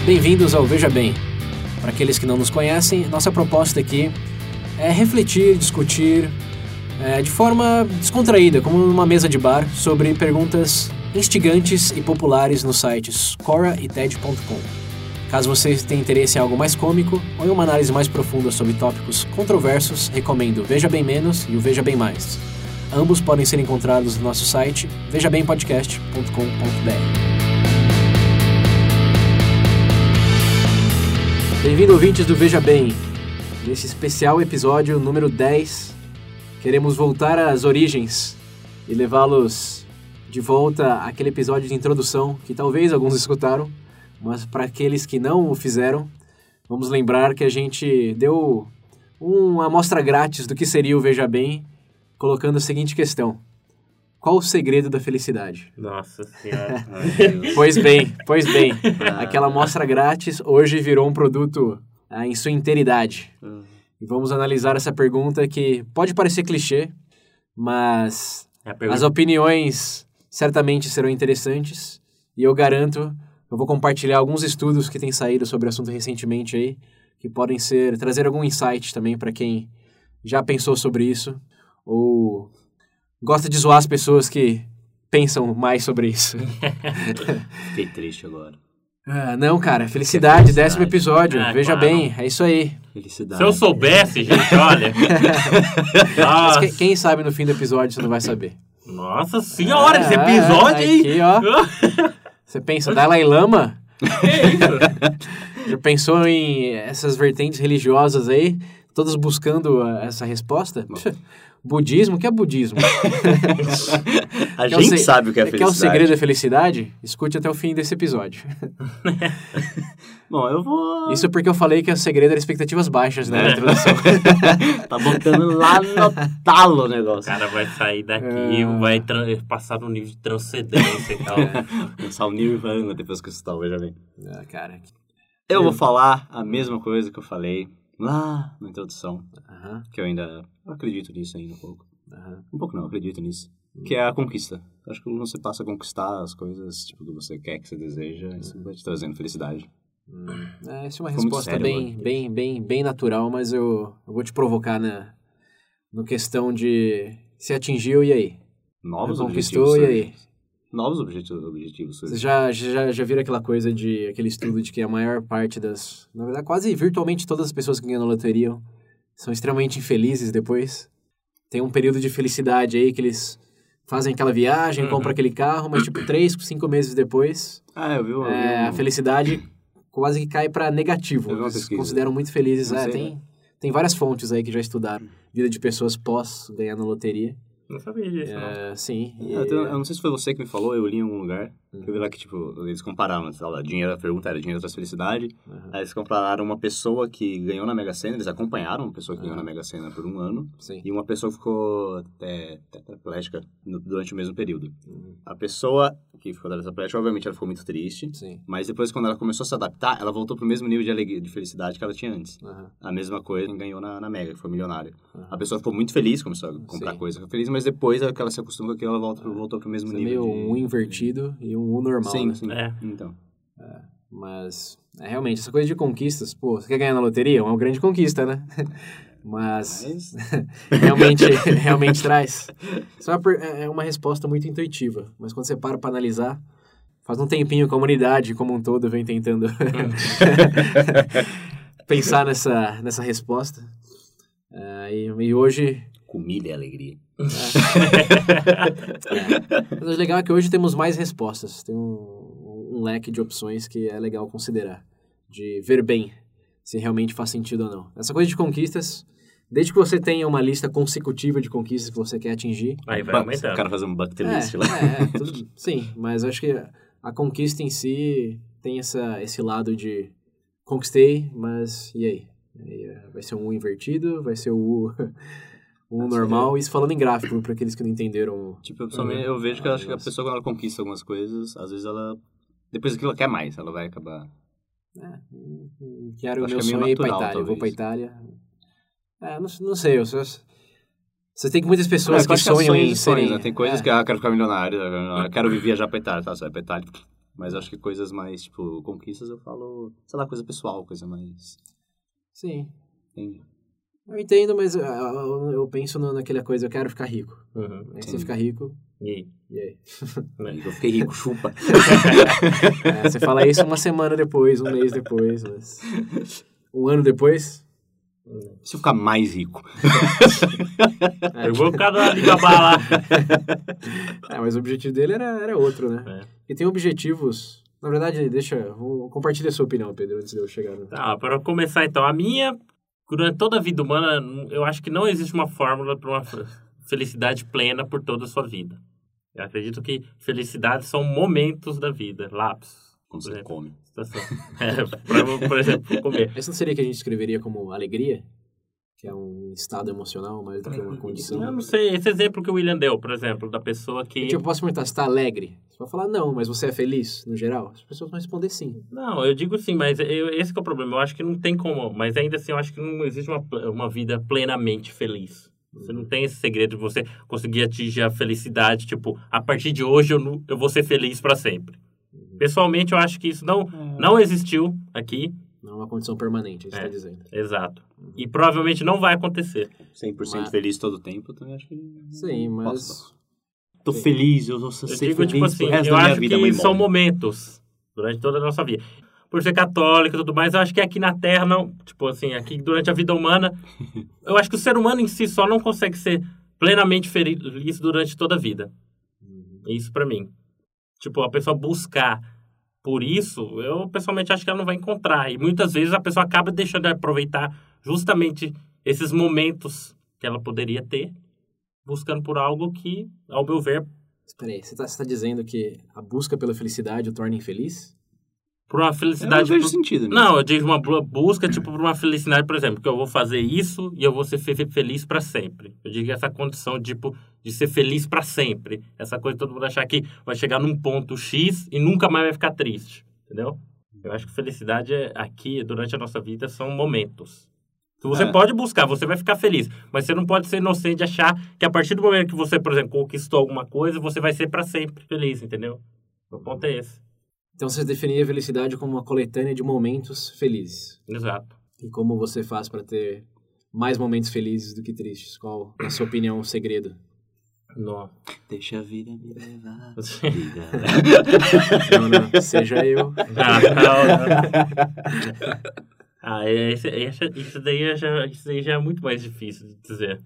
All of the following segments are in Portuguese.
Bem-vindos ao Veja Bem. Para aqueles que não nos conhecem, nossa proposta aqui é refletir, discutir de forma descontraída, como numa mesa de bar, sobre perguntas instigantes e populares nos sites Quora e TED.com. Caso vocês tenham interesse em algo mais cômico ou em uma análise mais profunda sobre tópicos controversos, recomendo o Veja Bem Menos e o Veja Bem Mais. Ambos podem ser encontrados no nosso site vejabempodcast.com.br. Bem-vindo, ouvintes do Veja Bem. Nesse especial episódio número 10, queremos voltar às origens e levá-los de volta àquele episódio de introdução que talvez alguns escutaram, mas para aqueles que não o fizeram, vamos lembrar que a gente deu uma amostra grátis do que seria o Veja Bem, colocando a seguinte questão: qual o segredo da felicidade? Nossa Senhora. Pois bem, aquela amostra grátis hoje virou um produto em sua inteiridade. E vamos analisar essa pergunta que pode parecer clichê, mas as opiniões certamente serão interessantes. E eu garanto, eu vou compartilhar alguns estudos que têm saído sobre o assunto recentemente aí, que podem trazer algum insight também para quem já pensou sobre isso, ou gosta de zoar as pessoas que pensam mais sobre isso. Fiquei triste agora. Não, cara, felicidade, 10º episódio, veja claro. Bem, é isso aí. Felicidade. Se eu soubesse, gente, olha. Mas quem sabe no fim do episódio você não vai saber. Nossa Senhora, esse episódio aí. Aqui, ó. Você pensa, Dalai Lama? Que isso? Já pensou em essas vertentes religiosas aí, todas buscando essa resposta? Budismo? O que é budismo? A gente sabe o que é felicidade. Quer o segredo da felicidade? Escute até o fim desse episódio. Bom, eu vou... Isso porque eu falei que o segredo era expectativas baixas, né? Na introdução. Tá botando lá no talo o negócio. O cara vai sair daqui, vai passar no nível de transcendência e tal. Pensar o Nirvana depois que você tá, veja bem. Cara. Eu vou falar a mesma coisa que eu falei lá na introdução, que eu ainda acredito nisso ainda um pouco. Um pouco não, acredito nisso. Que é a conquista. Acho que quando você passa a conquistar as coisas tipo, que você quer, que você deseja, isso vai te trazendo felicidade. Essa é uma resposta bem natural, mas eu vou te provocar no questão de se atingiu e aí? Novos conquistou e aí? Novos objetivos. Vocês já viram aquele estudo de que a maior parte na verdade, quase virtualmente todas as pessoas que ganham na loteria são extremamente infelizes depois? Tem um período de felicidade aí que eles fazem aquela viagem, compram aquele carro, mas tipo 3, 5 meses depois, eu vi a felicidade quase que cai para negativo. Eles consideram muito felizes. Tem várias fontes aí que já estudaram vida de pessoas pós ganhar na loteria. Não sabia disso, não. Sim. Eu não sei se foi você que me falou, eu li em algum lugar. Eu vi lá que, tipo, eles compararam, dinheiro, a pergunta era dinheiro traz felicidade. Aí eles compararam uma pessoa que ganhou na Mega Sena, eles acompanharam uma pessoa que ganhou na Mega Sena por um ano. Sim. E uma pessoa que ficou tetraplégica durante o mesmo período. A pessoa que ficou tetraplégica, obviamente, ela ficou muito triste. Sim. Mas depois, quando ela começou a se adaptar, ela voltou pro mesmo nível de alegria, de felicidade que ela tinha antes. A mesma coisa quem ganhou na Mega, que foi milionária. A pessoa ficou muito feliz, começou a comprar coisa feliz, mas depois que ela se acostuma com aquilo, ela voltou pro mesmo nível. Meio um invertido e um U normal, sim, né? Sim, então. Mas, realmente, essa coisa de conquistas, você quer ganhar na loteria? É uma grande conquista, né? Mas realmente traz. Só é uma resposta muito intuitiva, mas quando você para analisar, faz um tempinho que a comunidade como um todo vem tentando pensar nessa resposta. E hoje... Comida e alegria. Mas o legal é que hoje temos mais respostas. Tem um leque de opções que é legal considerar. De ver bem se realmente faz sentido ou não. Essa coisa de conquistas, desde que você tenha uma lista consecutiva de conquistas que você quer atingir... Aí vai aumentar. O cara fazer um bucket list lá. Sim, mas eu acho que a conquista em si tem esse lado de conquistei, mas e aí? Vai ser um U invertido? Vai ser o U normal? Isso falando em gráfico, para aqueles que não entenderam. Tipo, eu vejo que eu acho que a pessoa, quando ela conquista algumas coisas, às vezes ela... Depois daquilo ela quer mais, ela vai acabar... Quero o meu sonho ir pra Itália. Eu vou pra Itália. Não sei, você tem que muitas pessoas que sonham em serem... né? Tem coisas que, quero ficar milionário, quero viajar pra Itália, tá? Você vai pra Itália, Mas acho que coisas mais, tipo, conquistas eu falo, sei lá, coisa pessoal, coisa mais... Sim. Entendi. Eu entendo, mas eu penso naquela coisa, eu quero ficar rico. Aí você fica rico... E aí? Eu fiquei rico, chupa. Você fala isso uma semana depois, um mês depois, mas... Um ano depois... Se eu ficar mais rico. Eu vou ficar na Alibaba lá. Mas o objetivo dele era outro, né? E tem objetivos... Na verdade, compartilha a sua opinião, Pedro, antes de eu chegar. Tá, para começar então, a minha... Durante toda a vida humana, eu acho que não existe uma fórmula para uma felicidade plena por toda a sua vida. Eu acredito que felicidade são momentos da vida, lapsos. Quando você come. Por exemplo, comer. Esse não seria que a gente escreveria como alegria? Que é um estado emocional mais do que uma condição? Eu não sei, esse exemplo que o William deu, por exemplo, da pessoa que... Eu posso perguntar, você está alegre? Você vai falar não, mas você é feliz, no geral? As pessoas vão responder sim. Não, eu digo sim, mas esse que é o problema. Eu acho que não tem como, mas ainda assim eu acho que não existe uma vida plenamente feliz. Você não tem esse segredo de você conseguir atingir a felicidade, tipo, a partir de hoje eu vou ser feliz para sempre. Pessoalmente, eu acho que isso não existiu aqui. Não é uma condição permanente, você está dizendo. Exato. E provavelmente não vai acontecer. 100% feliz todo o tempo, eu também acho que... Sim, mas... Tô feliz, eu vou ser digo, feliz tipo assim, resto eu da minha acho vida, que mãe são morre. momentos durante toda a nossa vida. Por ser católico e tudo mais, eu acho que aqui na Terra não... Tipo assim, aqui durante a vida humana, eu acho que o ser humano em si só não consegue ser plenamente feliz durante toda a vida. Isso pra mim. Tipo, a pessoa buscar por isso, eu pessoalmente acho que ela não vai encontrar. E muitas vezes a pessoa acaba deixando de aproveitar justamente esses momentos que ela poderia ter, buscando por algo que, ao meu ver... Espera aí, você tá dizendo que a busca pela felicidade o torna infeliz? Por uma felicidade... Eu não vejo sentido nisso. Não, eu digo uma busca, tipo, por uma felicidade, por exemplo, que eu vou fazer isso e eu vou ser feliz para sempre. Eu digo essa condição, tipo, de ser feliz para sempre. Essa coisa de todo mundo achar que vai chegar num ponto X e nunca mais vai ficar triste, entendeu? Eu acho que felicidade aqui, durante a nossa vida, são momentos. Você pode buscar, você vai ficar feliz, mas você não pode ser inocente de achar que a partir do momento que você, por exemplo, conquistou alguma coisa, você vai ser para sempre feliz, entendeu? O ponto é esse. Então você definia a felicidade como uma coletânea de momentos felizes. Exato. E como você faz para ter mais momentos felizes do que tristes? Qual, na sua opinião, o segredo? Não. Deixa a vida me levar. Não, seja eu. Isso daí já é muito mais difícil de dizer.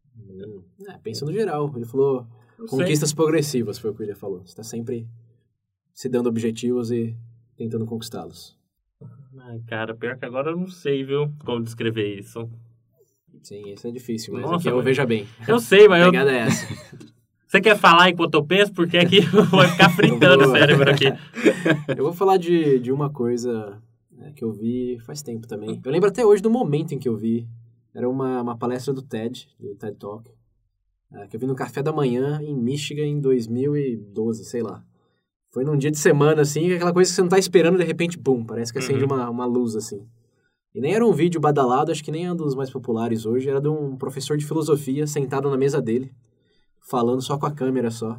Pensa no geral. Ele falou conquistas progressivas, foi o que ele falou. Você está sempre se dando objetivos e tentando conquistá-los. Ai, cara, pior que agora eu não sei, viu, como descrever isso. Sim, isso é difícil, mas Nossa, aqui eu veja bem. Eu sei, mas a pegada é essa. Você quer falar enquanto eu penso? Porque aqui vai ficar fritando o cérebro aqui. Eu vou falar de uma coisa que eu vi faz tempo também. Eu lembro até hoje do momento em que eu vi. Era uma palestra do TED Talk, que eu vi no café da manhã em Michigan em 2012, sei lá. Foi num dia de semana, assim, aquela coisa que você não tá esperando, de repente, bum, parece que acende uma luz, assim. E nem era um vídeo badalado, acho que nem é um dos mais populares hoje, era de um professor de filosofia sentado na mesa dele, falando só com a câmera só.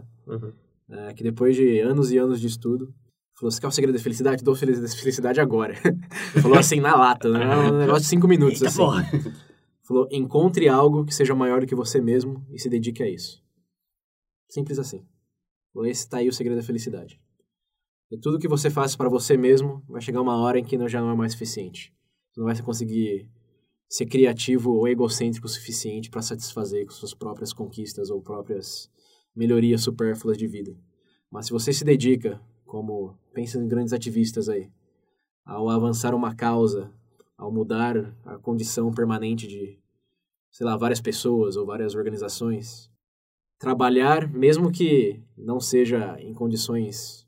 Que depois de anos e anos de estudo, falou, você quer o segredo da felicidade? Dou felicidade agora. Falou assim, na lata, né? Um negócio de 5 minutos, Eita, assim. porra. Falou, encontre algo que seja maior do que você mesmo e se dedique a isso. Simples assim. Esse tá aí o segredo da felicidade. E tudo que você faz para você mesmo, vai chegar uma hora em que já não é mais suficiente. Você não vai conseguir ser criativo ou egocêntrico o suficiente para satisfazer com suas próprias conquistas ou próprias melhorias supérfluas de vida. Mas se você se dedica, como pensa em grandes ativistas aí, ao avançar uma causa, ao mudar a condição permanente de, sei lá, várias pessoas ou várias organizações, trabalhar, mesmo que não seja em condições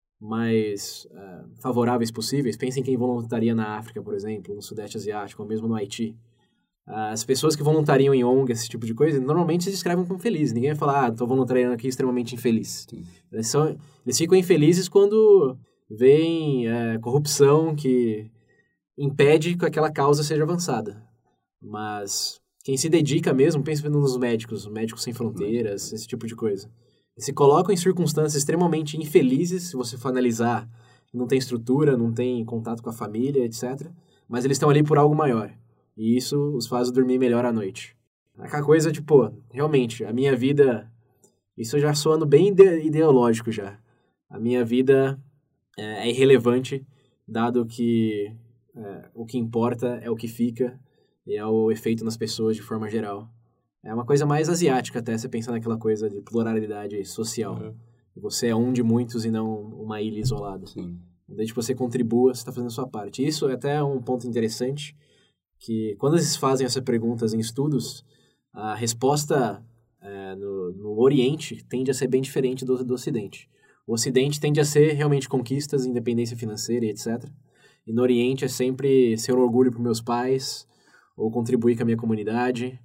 mais favoráveis possíveis, pense em quem voluntaria na África, por exemplo, no Sudeste Asiático, ou mesmo no Haiti. As pessoas que voluntariam em ONG, esse tipo de coisa, normalmente se descrevem como felizes. Ninguém vai falar, estou voluntariando aqui extremamente infeliz. Eles ficam infelizes quando veem corrupção que impede que aquela causa seja avançada. Mas quem se dedica mesmo, pensa nos médicos Sem Fronteiras, esse tipo de coisa. se colocam em circunstâncias extremamente infelizes, se você for analisar, não tem estrutura, não tem contato com a família, etc. Mas eles estão ali por algo maior. E isso os faz dormir melhor à noite. Aquela coisa, tipo, realmente, a minha vida... Isso já soando bem ideológico já. A minha vida é irrelevante, dado que o que importa é o que fica e é o efeito nas pessoas de forma geral. É uma coisa mais asiática até, você pensar naquela coisa de pluralidade social. Uhum. Você é um de muitos e não uma ilha isolada. Sim. Desde que você contribua, você está fazendo a sua parte. Isso é até um ponto interessante, que quando eles fazem essas perguntas em estudos, a resposta no Oriente tende a ser bem diferente do Ocidente. O Ocidente tende a ser realmente conquistas, independência financeira e etc. E no Oriente é sempre ser um orgulho para meus pais, ou contribuir com a minha comunidade,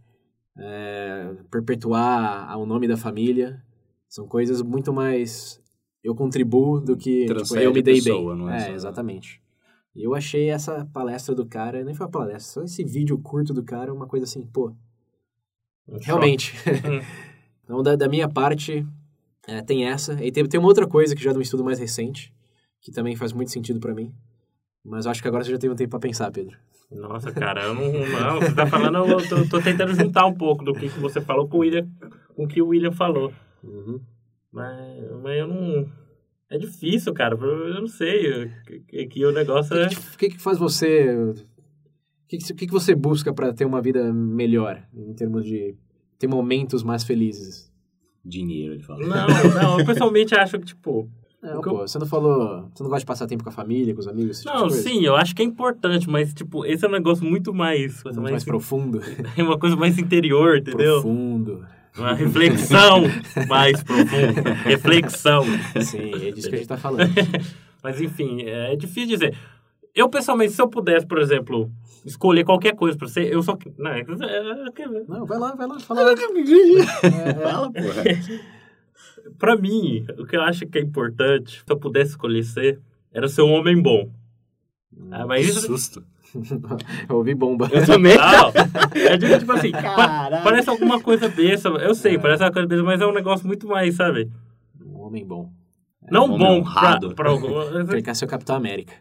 perpetuar o nome da família. São coisas muito mais eu contribuo do que tipo, eu me dei pessoa, bem. Não é exatamente. E eu achei essa palestra do cara, nem foi uma palestra, só esse vídeo curto do cara, uma coisa assim, pô, realmente. Então, da minha parte, tem essa. E tem uma outra coisa que já é de um estudo mais recente, que também faz muito sentido pra mim. Mas eu acho que agora você já teve um tempo pra pensar, Pedro. Nossa, cara, eu não você tá falando, eu tô tentando juntar um pouco do que você falou com o que o William falou. Uhum. Mas eu não... É difícil, cara, eu não sei. Que o negócio é... O que faz você... O que você busca pra ter uma vida melhor, em termos de ter momentos mais felizes? Dinheiro, ele fala. Não, eu pessoalmente acho que, tipo... você não falou... Você não gosta de passar tempo com a família, com os amigos? Não, sim, eu acho que é importante, mas, tipo, esse é um negócio muito mais... mais profundo. É uma coisa mais interior, entendeu? Profundo. Uma reflexão mais profunda. Reflexão. Sim, é disso que a gente tá falando. Mas, enfim, é difícil dizer. Eu, pessoalmente, se eu pudesse, por exemplo, escolher qualquer coisa pra você, eu só... Não, vai lá, fala. Fala, porra. Pra mim, o que eu acho que é importante, se eu pudesse escolher era ser um homem bom. Mas isso... susto. Eu ouvi bomba. Eu também. Não, eu digo, tipo assim, parece alguma coisa besta. Eu sei, parece uma coisa besta, mas é um negócio muito mais, sabe? Um homem bom. Não bom pra algum... Quer ser o Capitão América.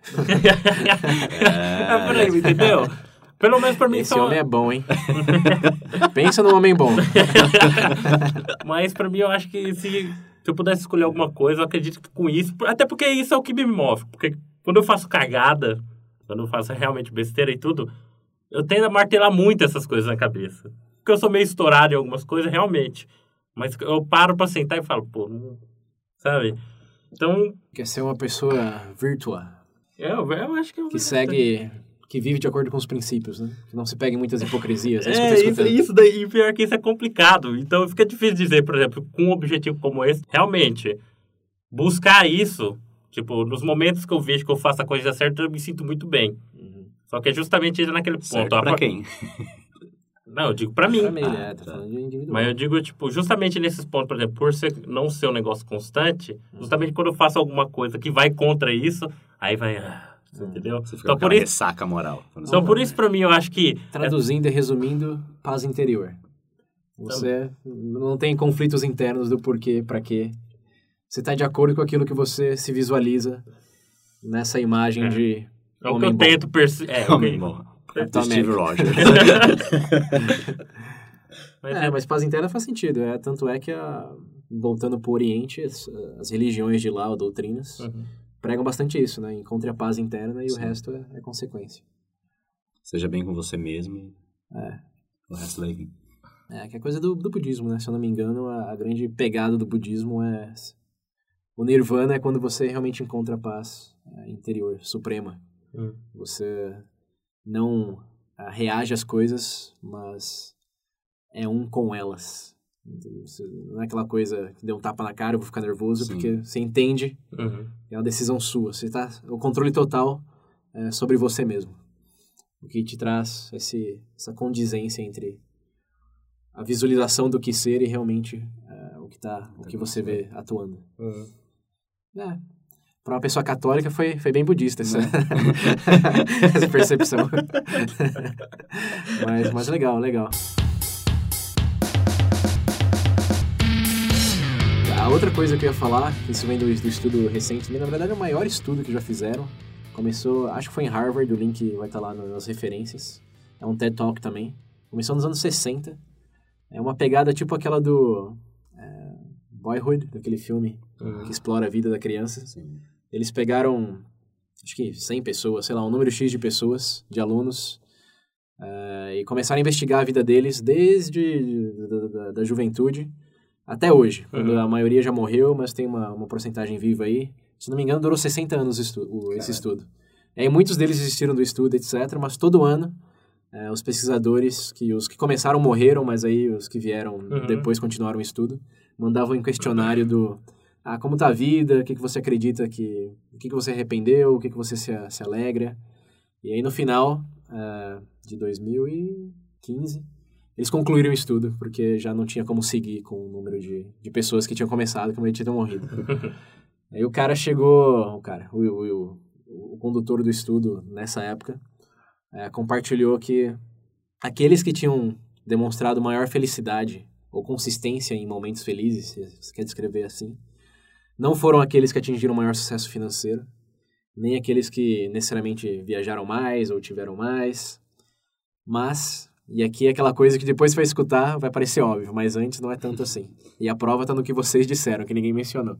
Por aí, entendeu? Pelo menos pra mim... Esse homem é bom, hein? Pensa num homem bom. Mas pra mim, eu acho que se eu pudesse escolher alguma coisa, eu acredito que com isso... Até porque isso é o que me move. Porque quando eu faço cagada, quando eu faço realmente besteira e tudo, eu tendo a martelar muito essas coisas na cabeça. Porque eu sou meio estourado em algumas coisas, realmente. Mas eu paro pra sentar e falo, pô, não... Sabe? Então... Quer ser uma pessoa virtual. Eu acho que... Que segue... Que vive de acordo com os princípios, né? Que não se pegue em muitas hipocrisias. Isso daí, pior que isso é complicado. Então fica difícil dizer, por exemplo, com um objetivo como esse, realmente, buscar isso, tipo, nos momentos que eu vejo que eu faço a coisa certa, eu me sinto muito bem. Uhum. Só que é justamente naquele ponto. Certo, pra quem? Não, eu digo pra mim. Pra mim, tá falando de individual. Mas eu digo, tipo, justamente nesses pontos, por exemplo, por não ser um negócio constante, justamente quando eu faço alguma coisa que vai contra isso, aí vai... entendeu? Você fica então, por isso ressaca moral. Então, por isso, pra mim, eu acho que... Traduzindo e resumindo, paz interior. Você não tem conflitos internos do porquê, pra quê. Você tá de acordo com aquilo que você se visualiza nessa imagem de é o que eu tento perceber. Homem bom. Steve Rogers. Mas paz interna faz sentido. Tanto é que, voltando pro Oriente, as religiões de lá, ou doutrinas... pregam bastante isso, né? Encontre a paz interna e o resto é consequência. Seja bem com você mesmo. O resto daí. Que é coisa do budismo, né? Se eu não me engano, a grande pegada do budismo é... O nirvana é quando você realmente encontra a paz interior, suprema. Você não reage às coisas, mas é um com elas. Não é aquela coisa que deu um tapa na cara, eu vou ficar nervoso, porque você entende que é uma decisão sua. Você tá o controle total sobre você mesmo. O que te traz essa condizência entre a visualização do que ser e realmente o que você vê atuando. Para uma pessoa católica foi bem budista essa percepção. mas legal. A outra coisa que eu ia falar, que isso vem do estudo recente, na verdade é o maior estudo que já fizeram. Começou, acho que foi em Harvard, o link vai estar lá nas referências. É um TED Talk também. Começou nos anos 60. É uma pegada tipo aquela do Boyhood, daquele filme que explora a vida da criança. Sim. Eles pegaram, acho que 100 pessoas, sei lá, um número X de pessoas, de alunos, e começaram a investigar a vida deles desde da juventude até hoje, quando a maioria já morreu, mas tem uma porcentagem viva aí. Se não me engano, durou 60 anos esse estudo. E aí muitos deles desistiram do estudo, etc., mas todo ano os pesquisadores, os que começaram morreram, mas aí os que vieram depois continuaram o estudo, mandavam um questionário como tá a vida, o que você acredita o que você arrependeu, o que você se alegra. E aí no final de 2015, eles concluíram o estudo, porque já não tinha como seguir com o número de pessoas que tinham começado, como ele tinha morrido. Aí o cara chegou, o condutor do estudo nessa época, compartilhou que aqueles que tinham demonstrado maior felicidade ou consistência em momentos felizes, se você quer descrever assim, não foram aqueles que atingiram maior sucesso financeiro, nem aqueles que necessariamente viajaram mais ou tiveram mais, mas, e aqui é aquela coisa que depois vai escutar, vai parecer óbvio, mas antes não é tanto assim. E a prova está no que vocês disseram, que ninguém mencionou.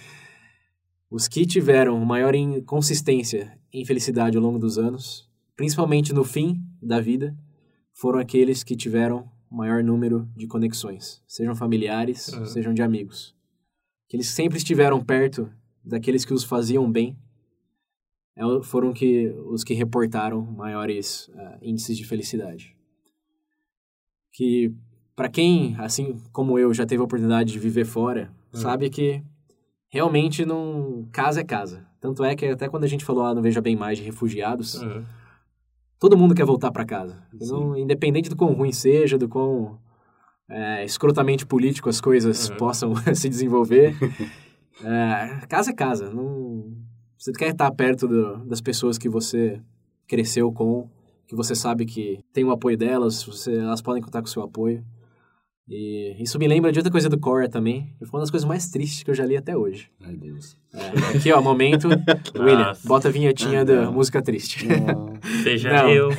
Os que tiveram maior consistência em felicidade ao longo dos anos, principalmente no fim da vida, foram aqueles que tiveram maior número de conexões, sejam familiares, sejam de amigos. Que eles sempre estiveram perto daqueles que os faziam bem, foram os que reportaram maiores índices de felicidade. Que, para quem, assim como eu, já teve a oportunidade de viver fora, sabe que realmente casa é casa. Tanto é que até quando a gente falou no Veja Bem Mais de refugiados, todo mundo quer voltar para casa. Então, independente do quão ruim seja, do quão escrotamente político as coisas possam se desenvolver, casa é casa. Você quer estar perto das pessoas que você cresceu com, que você sabe que tem o apoio delas, elas podem contar com o seu apoio. E isso me lembra de outra coisa do Korah também, que foi uma das coisas mais tristes que eu já li até hoje. Ai, Deus. Aqui, ó, momento. William, bota a vinhetinha da música triste. Seja eu.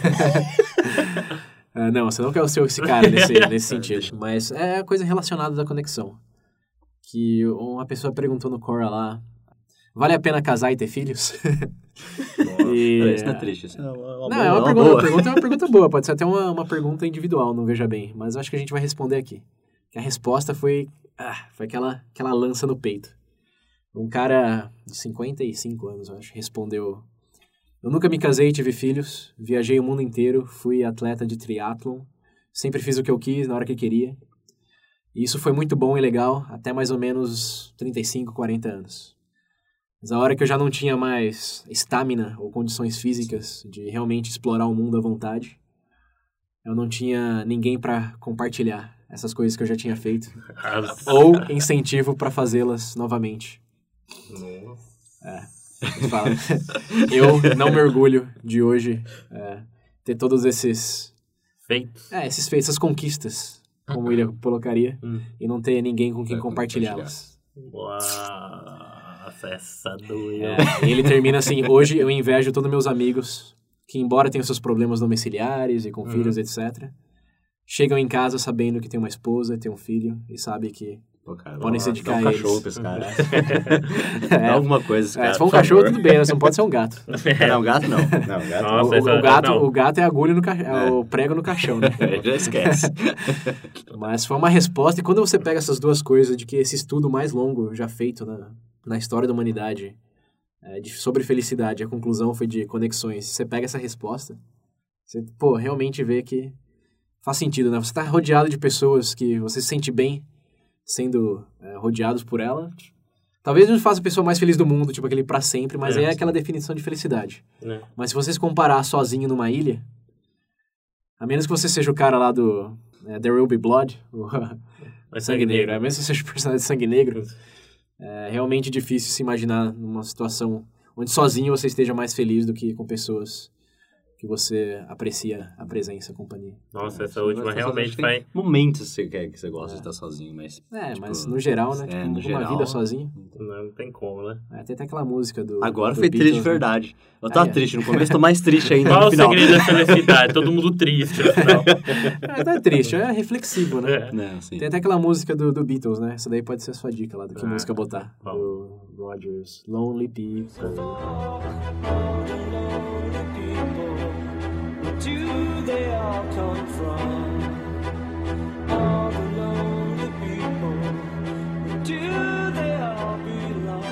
Não, você não quer ser esse cara nesse sentido. Mas é coisa relacionada da conexão. Que uma pessoa perguntou no Korah lá, vale a pena casar e ter filhos? Isso não é triste. Isso é uma pergunta boa. Pode ser até uma pergunta individual, não veja bem. Mas eu acho que a gente vai responder aqui. A resposta foi aquela lança no peito. Um cara de 55 anos, eu acho, respondeu: eu nunca me casei e tive filhos. Viajei o mundo inteiro. Fui atleta de triatlon. Sempre fiz o que eu quis, na hora que queria. E isso foi muito bom e legal até mais ou menos 35, 40 anos. Mas a hora que eu já não tinha mais estamina ou condições físicas de realmente explorar o mundo à vontade, eu não tinha ninguém para compartilhar essas coisas que eu já tinha feito. Ou incentivo para fazê-las novamente. Fala. Eu não me orgulho de hoje ter todos esses feitos. Esses feitos, essas conquistas, como ele colocaria, e não ter ninguém com quem compartilhá-las. Uau! Essa doeu. Ele termina assim: hoje eu invejo todos meus amigos que, embora tenham seus problemas domiciliares e com filhos, etc., chegam em casa sabendo que tem uma esposa, tem um filho e sabem que podem se dedicar a eles. Dá um cachorro pra esse cara. Dá alguma coisa esse cara. Se for um cachorro, tudo bem, você não pode ser um gato. Não, gato não. O gato é a agulha é o prego no caixão, né? Já esquece. Mas foi uma resposta, e quando você pega essas duas coisas, de que esse estudo mais longo já feito na história da humanidade sobre felicidade, a conclusão foi de conexões. Você pega essa resposta, você realmente vê que faz sentido, né? Você está rodeado de pessoas que você se sente bem sendo rodeados por ela. Talvez não faça a pessoa mais feliz do mundo, tipo aquele pra sempre, mas é aquela definição de felicidade. Mas se você se comparar sozinho numa ilha, a menos que você seja o cara lá do There Will Be Blood, o Sangue Negro, a menos que você seja o personagem de Sangue Negro, é realmente difícil se imaginar numa situação onde sozinho você esteja mais feliz do que com pessoas que você aprecia a presença, a companhia? Nossa, essa última realmente vai... Momentos que você gosta de estar sozinho, mas... Tipo, mas no geral, né? Tipo, no geral, uma vida sozinho. Não tem como, né? Tem até aquela música do... Agora do foi Beatles, triste de verdade. Eu tava triste no começo, tô mais triste ainda Qual no o final. segredo da felicidade? Todo mundo triste no final. Não é triste, é reflexivo, né? Não, sim. Tem até aquela música do Beatles, né? Essa daí pode ser a sua dica lá, do que música botar. Do Rogers, Lonely People. Do they all come from? All the lonely people. Do they all belong?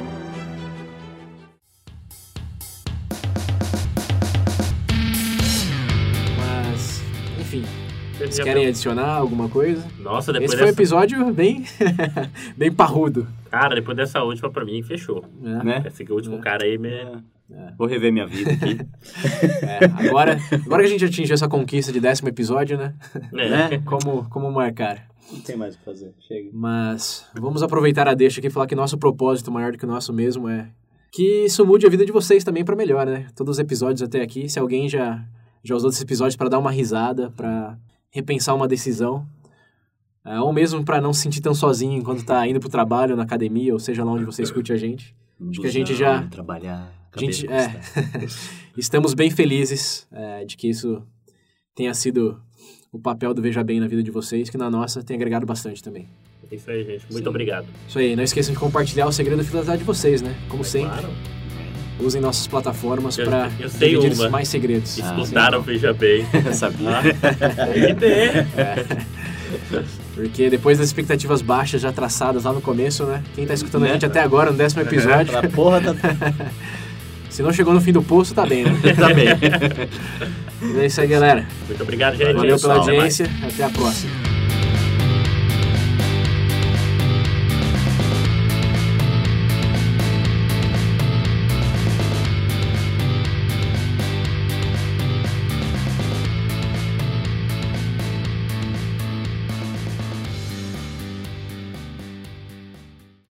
Mas, enfim, vocês querem adicionar alguma coisa? Nossa, depois Esse foi um episódio bem, bem parrudo. Cara, depois dessa última, pra mim, fechou. Né? Esse último cara aí Vou rever minha vida aqui. Agora que a gente atingiu essa conquista de 10º episódio, né? Como marcar? Não tem mais o que fazer. Chega. Mas vamos aproveitar a deixa aqui e falar que nosso propósito maior do que o nosso mesmo é que isso mude a vida de vocês também pra melhor, né? Todos os episódios até aqui, se alguém já usou esses episódios pra dar uma risada, pra repensar uma decisão, ou mesmo pra não se sentir tão sozinho enquanto tá indo pro trabalho, na academia, ou seja lá onde você escute a gente. Acho que a gente já... Trabalhar, estamos bem felizes de que isso tenha sido o papel do Veja Bem na vida de vocês, que na nossa tem agregado bastante também. É isso aí, gente. Muito obrigado. Isso aí. Não esqueçam de compartilhar o segredo da felicidade de vocês, né? Como sempre. Claro. Usem nossas plataformas para dividir mais segredos. Escutaram, Veja Bem. Eu sabia. Tem que ter. Porque depois das expectativas baixas já traçadas lá no começo, né? Quem tá escutando a gente até agora, no 10º episódio... Se não chegou no fim do poço, tá bem, né? Tá bem. É isso aí, galera. Muito obrigado, gente. Valeu pela audiência. Até a próxima.